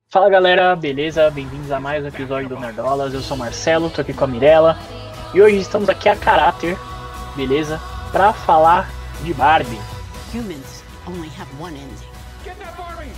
Fala galera, beleza? Bem-vindos a mais um episódio do Nerdolas. Eu sou o Marcelo, tô aqui com a Mirella e hoje estamos aqui a caráter, beleza? Pra falar de Barbie. Humans only have one ending. Get that Barbie!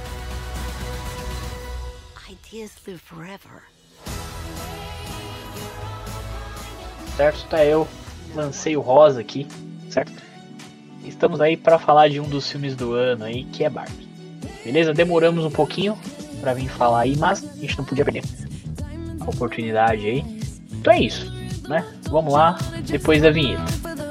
Ideas live forever. Certo? Tá, eu lancei o rosa aqui, certo? Estamos aí pra falar de um dos filmes do ano aí, que é Barbie. Beleza? Demoramos um pouquinho pra vir falar aí, mas a gente não podia perder a oportunidade aí. Então é isso, né? Vamos lá, depois da vinheta.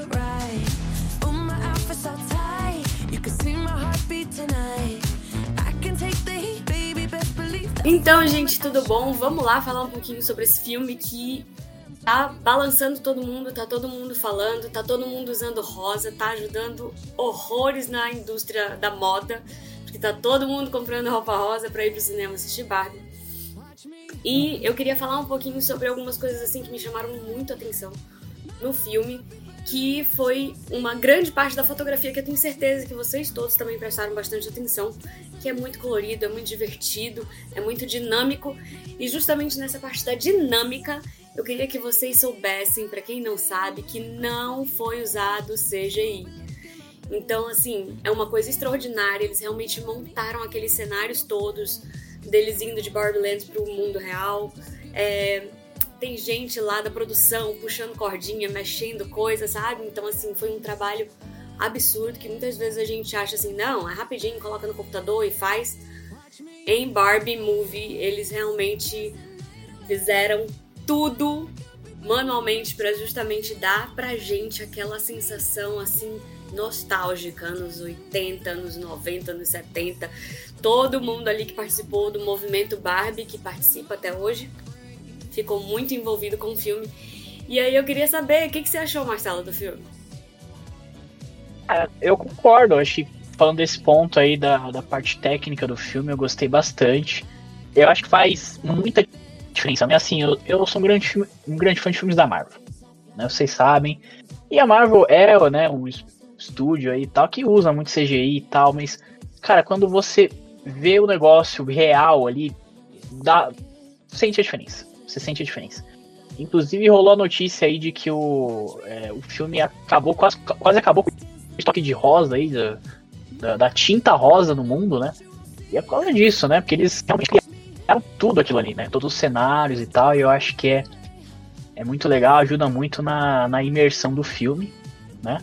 Então, gente, tudo bom? Vamos lá falar um pouquinho sobre esse filme que tá balançando todo mundo, tá todo mundo falando, tá todo mundo usando rosa, tá ajudando horrores na indústria da moda, porque tá todo mundo comprando roupa rosa pra ir pro cinema assistir Barbie. E eu queria falar um pouquinho sobre algumas coisas assim que me chamaram muito a atenção no filme, que foi uma grande parte da fotografia que eu tenho certeza que vocês todos também prestaram bastante atenção, que é muito colorido, é muito divertido, é muito dinâmico, e justamente nessa parte da dinâmica eu queria que vocês soubessem, pra quem não sabe, que não foi usado CGI. Então, assim, é uma coisa extraordinária, eles realmente montaram aqueles cenários todos, deles indo de Barbie Land pro mundo real. Tem gente lá da produção puxando cordinha, mexendo coisa, sabe? Então, assim, foi um trabalho absurdo que muitas vezes a gente acha assim, não, é rapidinho, coloca no computador e faz. Em Barbie Movie, eles realmente fizeram tudo manualmente para justamente dar pra gente aquela sensação, assim, nostálgica, anos 80, anos 90, anos 70. Todo mundo ali que participou do movimento Barbie, que participa até hoje, ficou muito envolvido com o filme. E aí eu queria saber, o que você achou, Marcelo, do filme? Eu concordo, acho que falando desse ponto aí da parte técnica do filme, eu gostei bastante. Eu acho que faz muita diferença. Assim, eu sou um grande fã de filmes da Marvel, né? Vocês sabem. E a Marvel é, né, um estúdio aí e tal, que usa muito CGI e tal, mas, cara, quando você vê o negócio real ali, sente a diferença. Você sente a diferença. Inclusive rolou a notícia aí de que o filme acabou, quase acabou com o estoque de rosa aí, da tinta rosa no mundo, né? E é por causa disso, né? Porque eles realmente criaram tudo aquilo ali, né? Todos os cenários e tal, e eu acho que é muito legal, ajuda muito na imersão do filme, né?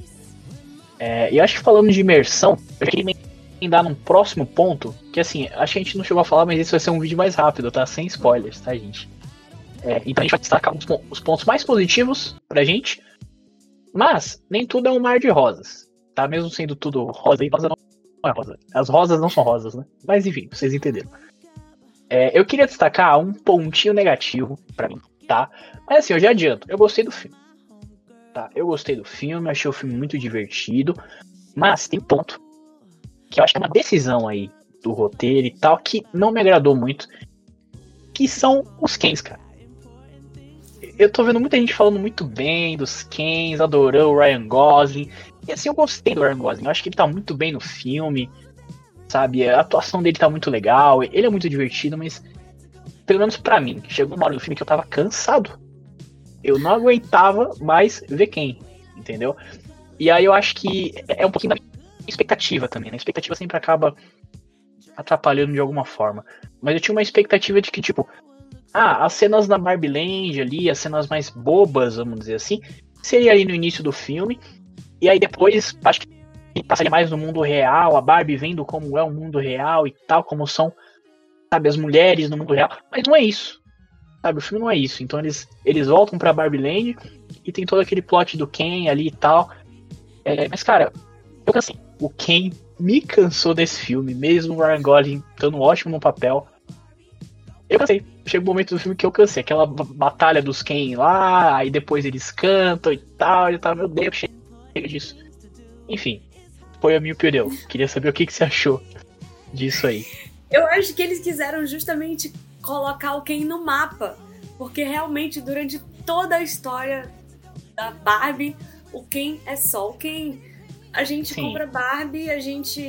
E eu acho que falando de imersão, eu queria emendar num próximo ponto, que assim, acho que a gente não chegou a falar, mas esse vai ser um vídeo mais rápido, tá? Sem spoilers, tá, gente? Então a gente vai destacar os pontos mais positivos pra gente, mas nem tudo é um mar de rosas, tá? Mesmo sendo tudo rosa, e rosa não é rosa. As rosas não são rosas, né? Mas enfim, vocês entenderam. Eu queria destacar um pontinho negativo pra mim, tá? Mas assim, eu já adianto, eu gostei do filme. Tá? Eu gostei do filme, achei o filme muito divertido, mas tem um ponto que eu acho que é uma decisão aí do roteiro e tal, que não me agradou muito, que são os Kens, cara. Eu tô vendo muita gente falando muito bem dos Kens, adorou o Ryan Gosling, e assim, eu gostei do Ryan Gosling, eu acho que ele tá muito bem no filme, sabe, a atuação dele tá muito legal, ele é muito divertido, mas pelo menos pra mim, chegou uma hora no filme que eu tava cansado. Eu não aguentava mais ver Ken, entendeu? E aí eu acho que é um pouquinho da expectativa também, né? A expectativa sempre acaba atrapalhando de alguma forma. Mas eu tinha uma expectativa de que, tipo, as cenas na Barbie Land ali, as cenas mais bobas, vamos dizer assim, seria ali no início do filme, e aí depois, acho que passaria mais no mundo real, a Barbie vendo como é o mundo real e tal, como são, sabe, as mulheres no mundo real, mas não é isso. Sabe, o filme não é isso. Então eles voltam pra Barbie Land e tem todo aquele plot do Ken ali e tal. Mas, cara, eu cansei. O Ken me cansou desse filme, mesmo o Ryan Gosling estando ótimo no papel. Eu cansei. Chega um momento do filme que eu cansei. Aquela batalha dos Ken lá, aí depois eles cantam e tal. E tal. Meu Deus, chega disso. Enfim, foi a minha opinião. Queria saber o que você achou disso aí. Eu acho que eles quiseram justamente colocar o Ken no mapa, porque realmente durante toda a história da Barbie, o Ken é só o Ken. A gente compra Barbie, a gente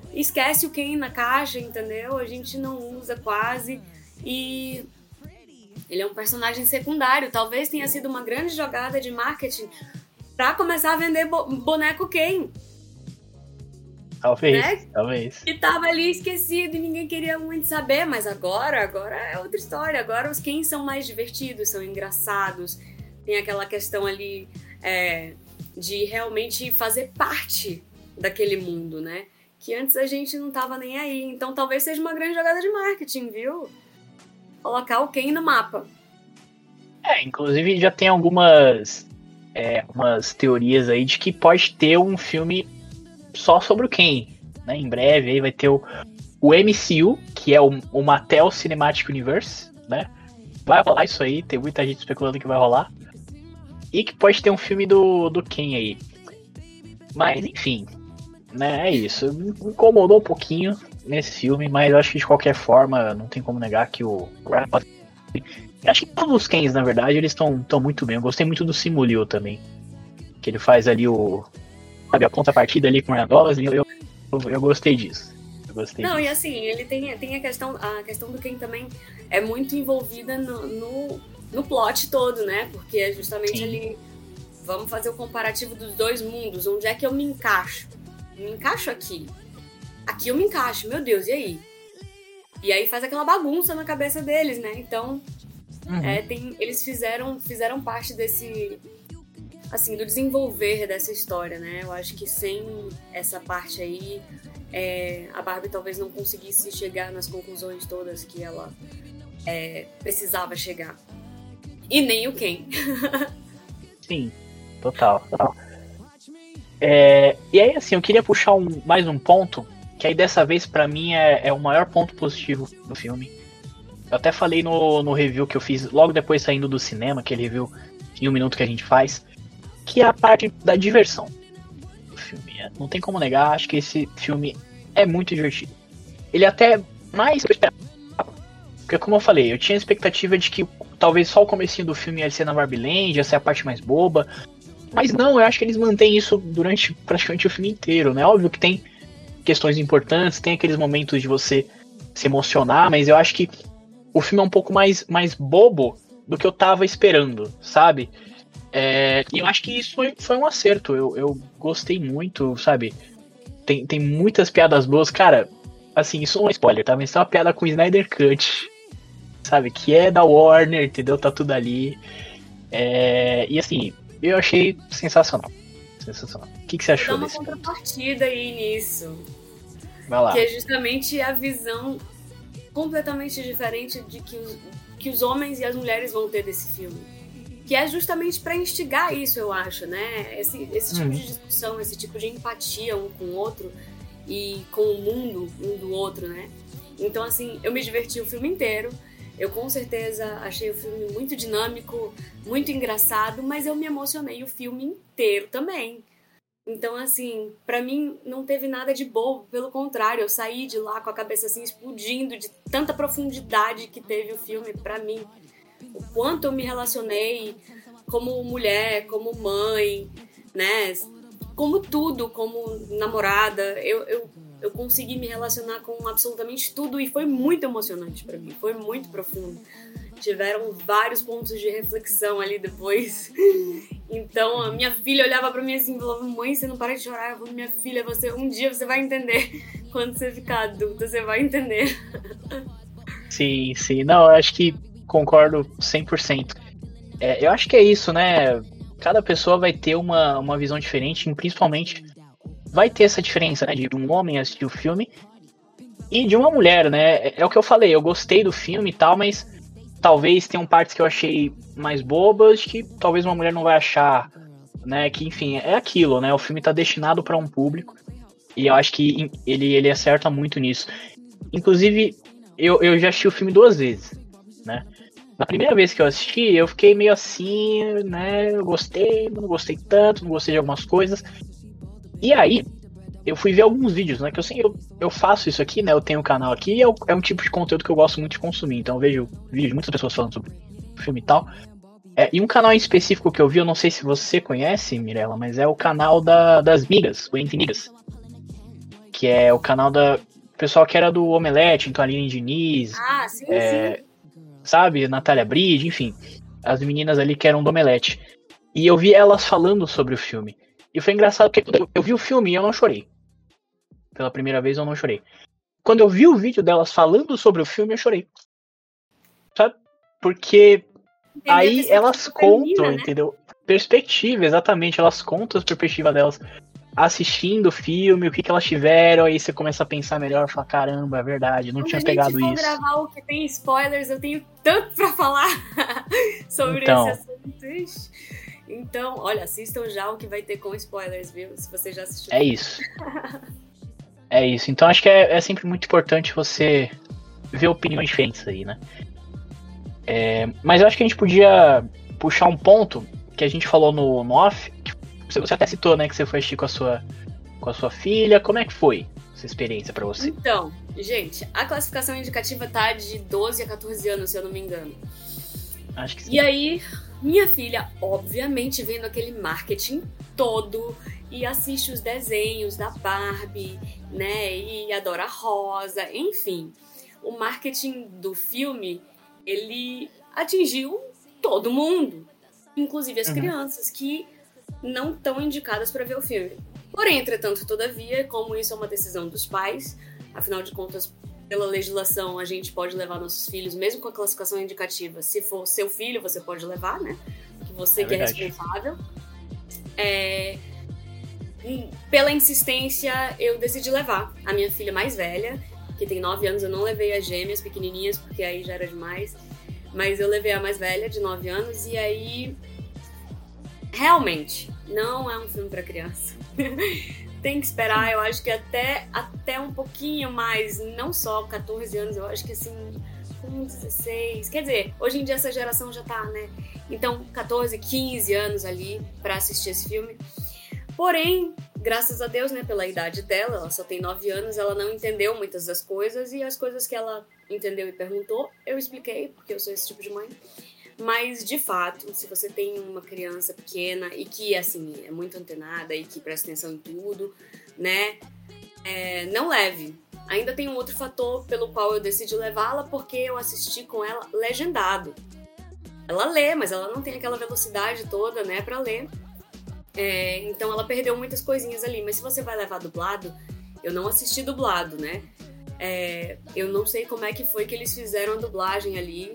esquece o Ken na caixa, entendeu? A gente não usa quase. E ele é um personagem secundário. Talvez tenha sido uma grande jogada de marketing pra começar a vender boneco Ken. Talvez, né? talvez. E tava ali esquecido e ninguém queria muito saber, mas agora é outra história. Agora os Ken são mais divertidos, são engraçados. Tem aquela questão ali de realmente fazer parte daquele mundo, né? Que antes a gente não tava nem aí. Então talvez seja uma grande jogada de marketing, viu? Colocar o Ken no mapa. Inclusive já tem algumas umas teorias aí de que pode ter um filme só sobre o Ken, né? Em breve aí vai ter o MCU, que é o Mattel Cinematic Universe, né? Vai rolar isso aí, tem muita gente especulando que vai rolar. E que pode ter um filme do Ken aí. Mas, enfim, né? É isso. Me incomodou um pouquinho nesse filme, mas eu acho que de qualquer forma não tem como negar que o eu acho que todos os Kens, na verdade, eles estão muito bem. Eu gostei muito do Simu Liu também. Que ele faz ali a contrapartida ali com o Ryan Gosling. Eu gostei disso. Não, e assim, ele tem a questão do Ken também é muito envolvida no plot todo, né? Porque é justamente ali, vamos fazer o comparativo dos dois mundos. Onde é que eu me encaixo? Me encaixo aqui. Aqui eu me encaixo, meu Deus, e aí? E aí faz aquela bagunça na cabeça deles, né? Então, eles fizeram parte desse, assim, do desenvolver dessa história, né? Eu acho que sem essa parte aí, a Barbie talvez não conseguisse chegar nas conclusões todas que ela precisava chegar. E nem o Ken. Sim, total. E aí, assim, eu queria puxar mais um ponto, que aí dessa vez pra mim é o maior ponto positivo do filme. Eu até falei no review que eu fiz logo depois saindo do cinema, aquele review em 1 minuto que a gente faz, que é a parte da diversão do filme. Não tem como negar, acho que esse filme é muito divertido. Ele até mais que eu esperava. Porque como eu falei, eu tinha a expectativa de que talvez só o comecinho do filme ia ser na Barbie Land, ia ser a parte mais boba. Mas não, eu acho que eles mantêm isso durante praticamente o filme inteiro, né? Óbvio que tem questões importantes, tem aqueles momentos de você se emocionar, mas eu acho que o filme é um pouco mais bobo do que eu tava esperando, sabe? E eu acho que isso foi um acerto, eu gostei muito, sabe? Tem muitas piadas boas, cara, assim, isso não é spoiler, tá? Mas tem uma piada com o Snyder Cut, sabe? Que é da Warner, entendeu? Tá tudo ali. E assim, eu achei sensacional. O que você achou desse? Dá uma contrapartida aí nisso. Vai lá. Que é justamente a visão completamente diferente de que os homens e as mulheres vão ter desse filme. Que é justamente para instigar isso, eu acho, né? Esse tipo de discussão, esse tipo de empatia um com o outro e com o mundo um do outro, né? Então, assim, eu me diverti o filme inteiro. Eu, com certeza, achei o filme muito dinâmico, muito engraçado, mas eu me emocionei o filme inteiro também. Então, assim, pra mim não teve nada de bobo, pelo contrário, eu saí de lá com a cabeça assim explodindo de tanta profundidade que teve o filme pra mim. O quanto eu me relacionei como mulher, como mãe, né? Como tudo, como namorada, eu consegui me relacionar com absolutamente tudo e foi muito emocionante pra mim, foi muito profundo. Tiveram vários pontos de reflexão ali depois. Então, a minha filha olhava pra mim assim e falava: mãe, você não para de chorar. Eu falei: minha filha, um dia você vai entender. Quando você ficar adulta, você vai entender. Sim. Não, eu acho que concordo 100%. Eu acho que é isso, né? Cada pessoa vai ter uma visão diferente, e principalmente vai ter essa diferença, né? De um homem assistir o filme e de uma mulher, né? É o que eu falei, eu gostei do filme e tal, mas talvez tenham partes que eu achei mais bobas que talvez uma mulher não vai achar, né? Que, enfim, é aquilo, né? O filme tá destinado para um público e eu acho que ele acerta muito nisso. Inclusive, eu já assisti o filme 2 vezes, né? Na primeira vez que eu assisti, eu fiquei meio assim, né? Eu gostei, não gostei tanto, não gostei de algumas coisas. E aí, eu fui ver alguns vídeos, né? Que eu faço isso aqui, né? Eu tenho um canal aqui e é um tipo de conteúdo que eu gosto muito de consumir. Então eu vejo vídeos de muitas pessoas falando sobre o filme e tal. E um canal em específico que eu vi, eu não sei se você conhece, Mirella, mas é o canal das migas, o Entre Migas. que é o canal da pessoal que era do Omelete, então Aline Diniz, Sim. sabe, Natália Bride, enfim, as meninas ali que eram do Omelete. E eu vi elas falando sobre o filme. E foi engraçado porque quando eu vi o filme eu não chorei. Pela primeira vez eu não chorei. Quando eu vi o vídeo delas falando sobre o filme, eu chorei. Sabe? Porque aí elas contam, né? Entendeu? Perspectiva, exatamente. Elas contam a perspectiva delas assistindo o filme, o que elas tiveram, aí você começa a pensar melhor, fala, caramba, é verdade, não tinha pegado isso. Quando a gente for gravar o que tem spoilers, eu tenho tanto pra falar sobre esse assunto. Então, olha, assistam já o que vai ter com spoilers, viu? Se você já assistiu. É isso. É isso. Então acho que é sempre muito importante você ver opiniões diferentes aí, né? Mas eu acho que a gente podia puxar um ponto que a gente falou no off, que você até citou, né, que você foi assistir com a sua filha. Como é que foi essa experiência pra você? Então, gente, a classificação indicativa tá de 12 a 14 anos, se eu não me engano. Acho que sim. E aí, minha filha, obviamente, vendo aquele marketing todo e assiste os desenhos da Barbie, né, e adora a Rosa, enfim. O marketing do filme, ele atingiu todo mundo, inclusive as crianças, que não estão indicadas para ver o filme. Porém, entretanto, todavia, como isso é uma decisão dos pais, afinal de contas, pela legislação, a gente pode levar nossos filhos, mesmo com a classificação indicativa. Se for seu filho, você pode levar, né? Que você que é responsável. Pela insistência, eu decidi levar a minha filha mais velha, que tem 9 anos. Eu não levei as gêmeas pequenininhas, porque aí já era demais. Mas eu levei a mais velha, de 9 anos, e aí... Realmente, não é um filme para criança. Tem que esperar, eu acho que até um pouquinho mais, não só 14 anos, eu acho que assim, com 16. Quer dizer, hoje em dia essa geração já tá, né? Então, 14, 15 anos ali para assistir esse filme. Porém, graças a Deus, né, pela idade dela, ela só tem 9 anos, ela não entendeu muitas das coisas, e as coisas que ela entendeu e perguntou, eu expliquei, porque eu sou esse tipo de mãe. Mas, de fato, se você tem uma criança pequena e que, assim, é muito antenada e que presta atenção em tudo, né, não leve. Ainda tem um outro fator pelo qual eu decidi levá-la, porque eu assisti com ela legendado. Ela lê, mas ela não tem aquela velocidade toda, né, pra ler. Então ela perdeu muitas coisinhas ali. Mas se você vai levar dublado, eu não assisti dublado, né? Eu não sei como é que foi que eles fizeram a dublagem ali.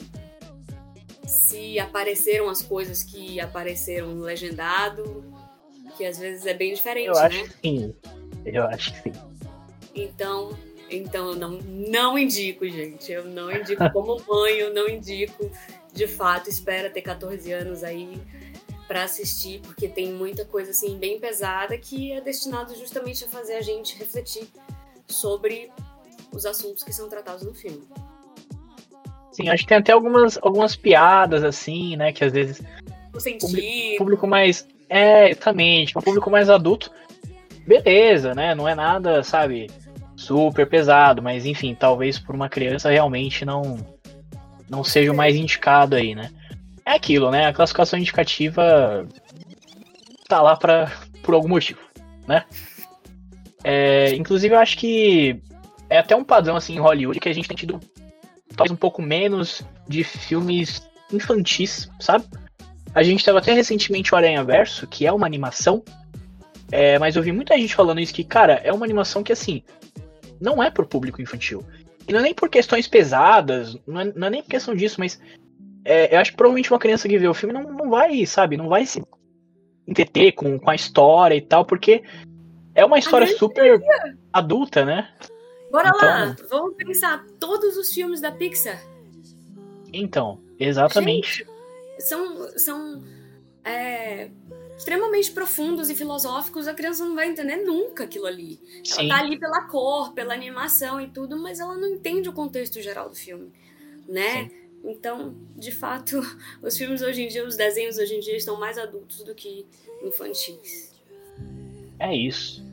Se apareceram as coisas que apareceram no legendado, que às vezes é bem diferente, eu acho, né? Que sim. Eu acho que sim. Então eu não indico, gente. Eu não indico como mãe, eu não indico. De fato, espera ter 14 anos aí pra assistir, porque tem muita coisa assim bem pesada que é destinado justamente a fazer a gente refletir sobre os assuntos que são tratados no filme. Sim, acho que tem até algumas piadas, assim, né, que às vezes... O sentido... Público mais... exatamente, um público mais adulto, beleza, né, não é nada, sabe, super pesado, mas enfim, talvez por uma criança realmente não seja o mais indicado aí, né. É aquilo, né, a classificação indicativa tá lá por algum motivo, né. Inclusive eu acho que é até um padrão, assim, em Hollywood, que a gente tem tido talvez um pouco menos de filmes infantis, sabe? A gente tava até recentemente o Aranhaverso, que é uma animação, mas eu vi muita gente falando isso, que, cara, é uma animação que, assim, não é pro público infantil. E não é nem por questões pesadas, não é nem por questão disso, mas eu acho que provavelmente uma criança que vê o filme não vai, sabe, não vai se entreter com a história e tal, porque é uma história super adulta, né? Bora lá, vamos pensar todos os filmes da Pixar. Então, exatamente. Gente, são extremamente profundos e filosóficos. A criança não vai entender nunca aquilo ali. Sim. Ela tá ali pela cor, pela animação e tudo, mas ela não entende o contexto geral do filme, né? Sim. Então, de fato, os filmes hoje em dia, os desenhos hoje em dia estão mais adultos do que infantis. É isso.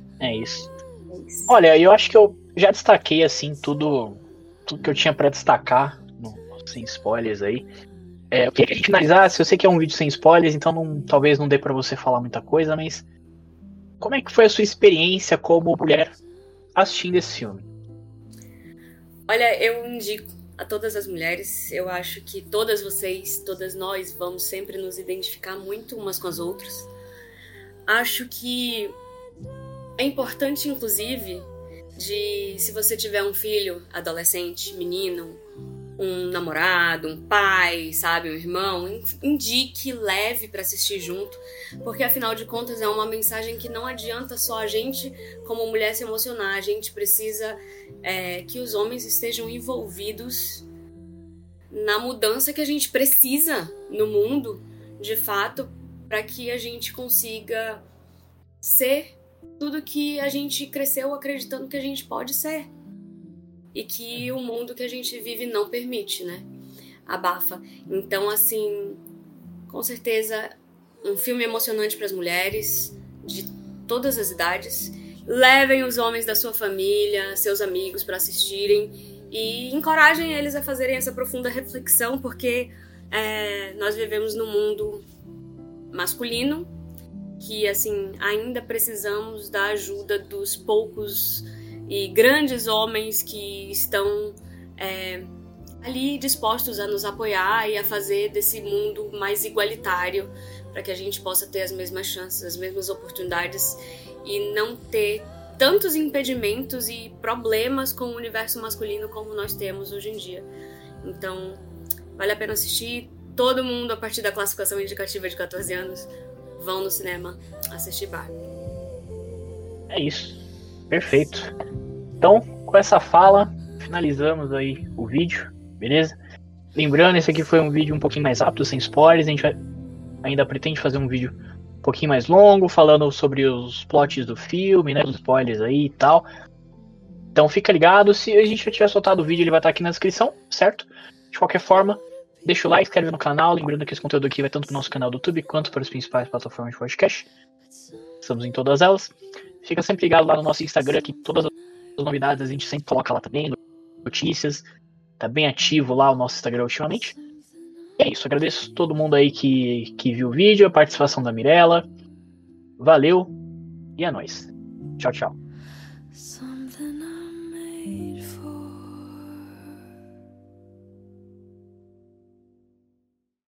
Olha, eu acho que eu já destaquei, assim, tudo que eu tinha pra destacar, sem spoilers aí. Eu queria finalizar, se eu sei que é um vídeo sem spoilers, então talvez não dê pra você falar muita coisa, mas como é que foi a sua experiência como mulher assistindo esse filme? Olha, eu indico a todas as mulheres. Eu acho que todas vocês, todas nós, vamos sempre nos identificar muito umas com as outras. Acho que é importante, inclusive, se você tiver um filho, adolescente, menino, um namorado, um pai, sabe, um irmão, indique, leve para assistir junto, porque afinal de contas é uma mensagem que não adianta só a gente como mulher se emocionar, a gente precisa que os homens estejam envolvidos na mudança que a gente precisa no mundo, de fato, para que a gente consiga ser tudo que a gente cresceu acreditando que a gente pode ser. E que o mundo que a gente vive não permite, né? Abafa. Então, assim, com certeza, um filme emocionante para as mulheres de todas as idades. Levem os homens da sua família, seus amigos para assistirem e encorajem eles a fazerem essa profunda reflexão, porque nós vivemos num mundo masculino que, assim, ainda precisamos da ajuda dos poucos e grandes homens que estão ali dispostos a nos apoiar e a fazer desse mundo mais igualitário, para que a gente possa ter as mesmas chances, as mesmas oportunidades e não ter tantos impedimentos e problemas com o universo masculino como nós temos hoje em dia. Então, vale a pena assistir. Todo mundo, a partir da classificação indicativa de 14 anos, vão no cinema assistir Barbie. É isso. Perfeito. Então, com essa fala, finalizamos aí o vídeo, beleza? Lembrando, esse aqui foi um vídeo um pouquinho mais rápido, sem spoilers. A gente ainda pretende fazer um vídeo um pouquinho mais longo, falando sobre os plots do filme, né? Os spoilers aí e tal. Então fica ligado, se a gente já tiver soltado o vídeo, ele vai estar aqui na descrição, certo? De qualquer forma, deixa o like, se inscreve no canal. Lembrando que esse conteúdo aqui vai tanto pro nosso canal do YouTube, quanto para as principais plataformas de podcast. Estamos em todas elas. Fica sempre ligado lá no nosso Instagram, que todas as novidades a gente sempre coloca lá também, notícias. Tá bem ativo lá o nosso Instagram ultimamente. E é isso, agradeço todo mundo aí que viu o vídeo, a participação da Mirella. Valeu e é nóis. Tchau, tchau.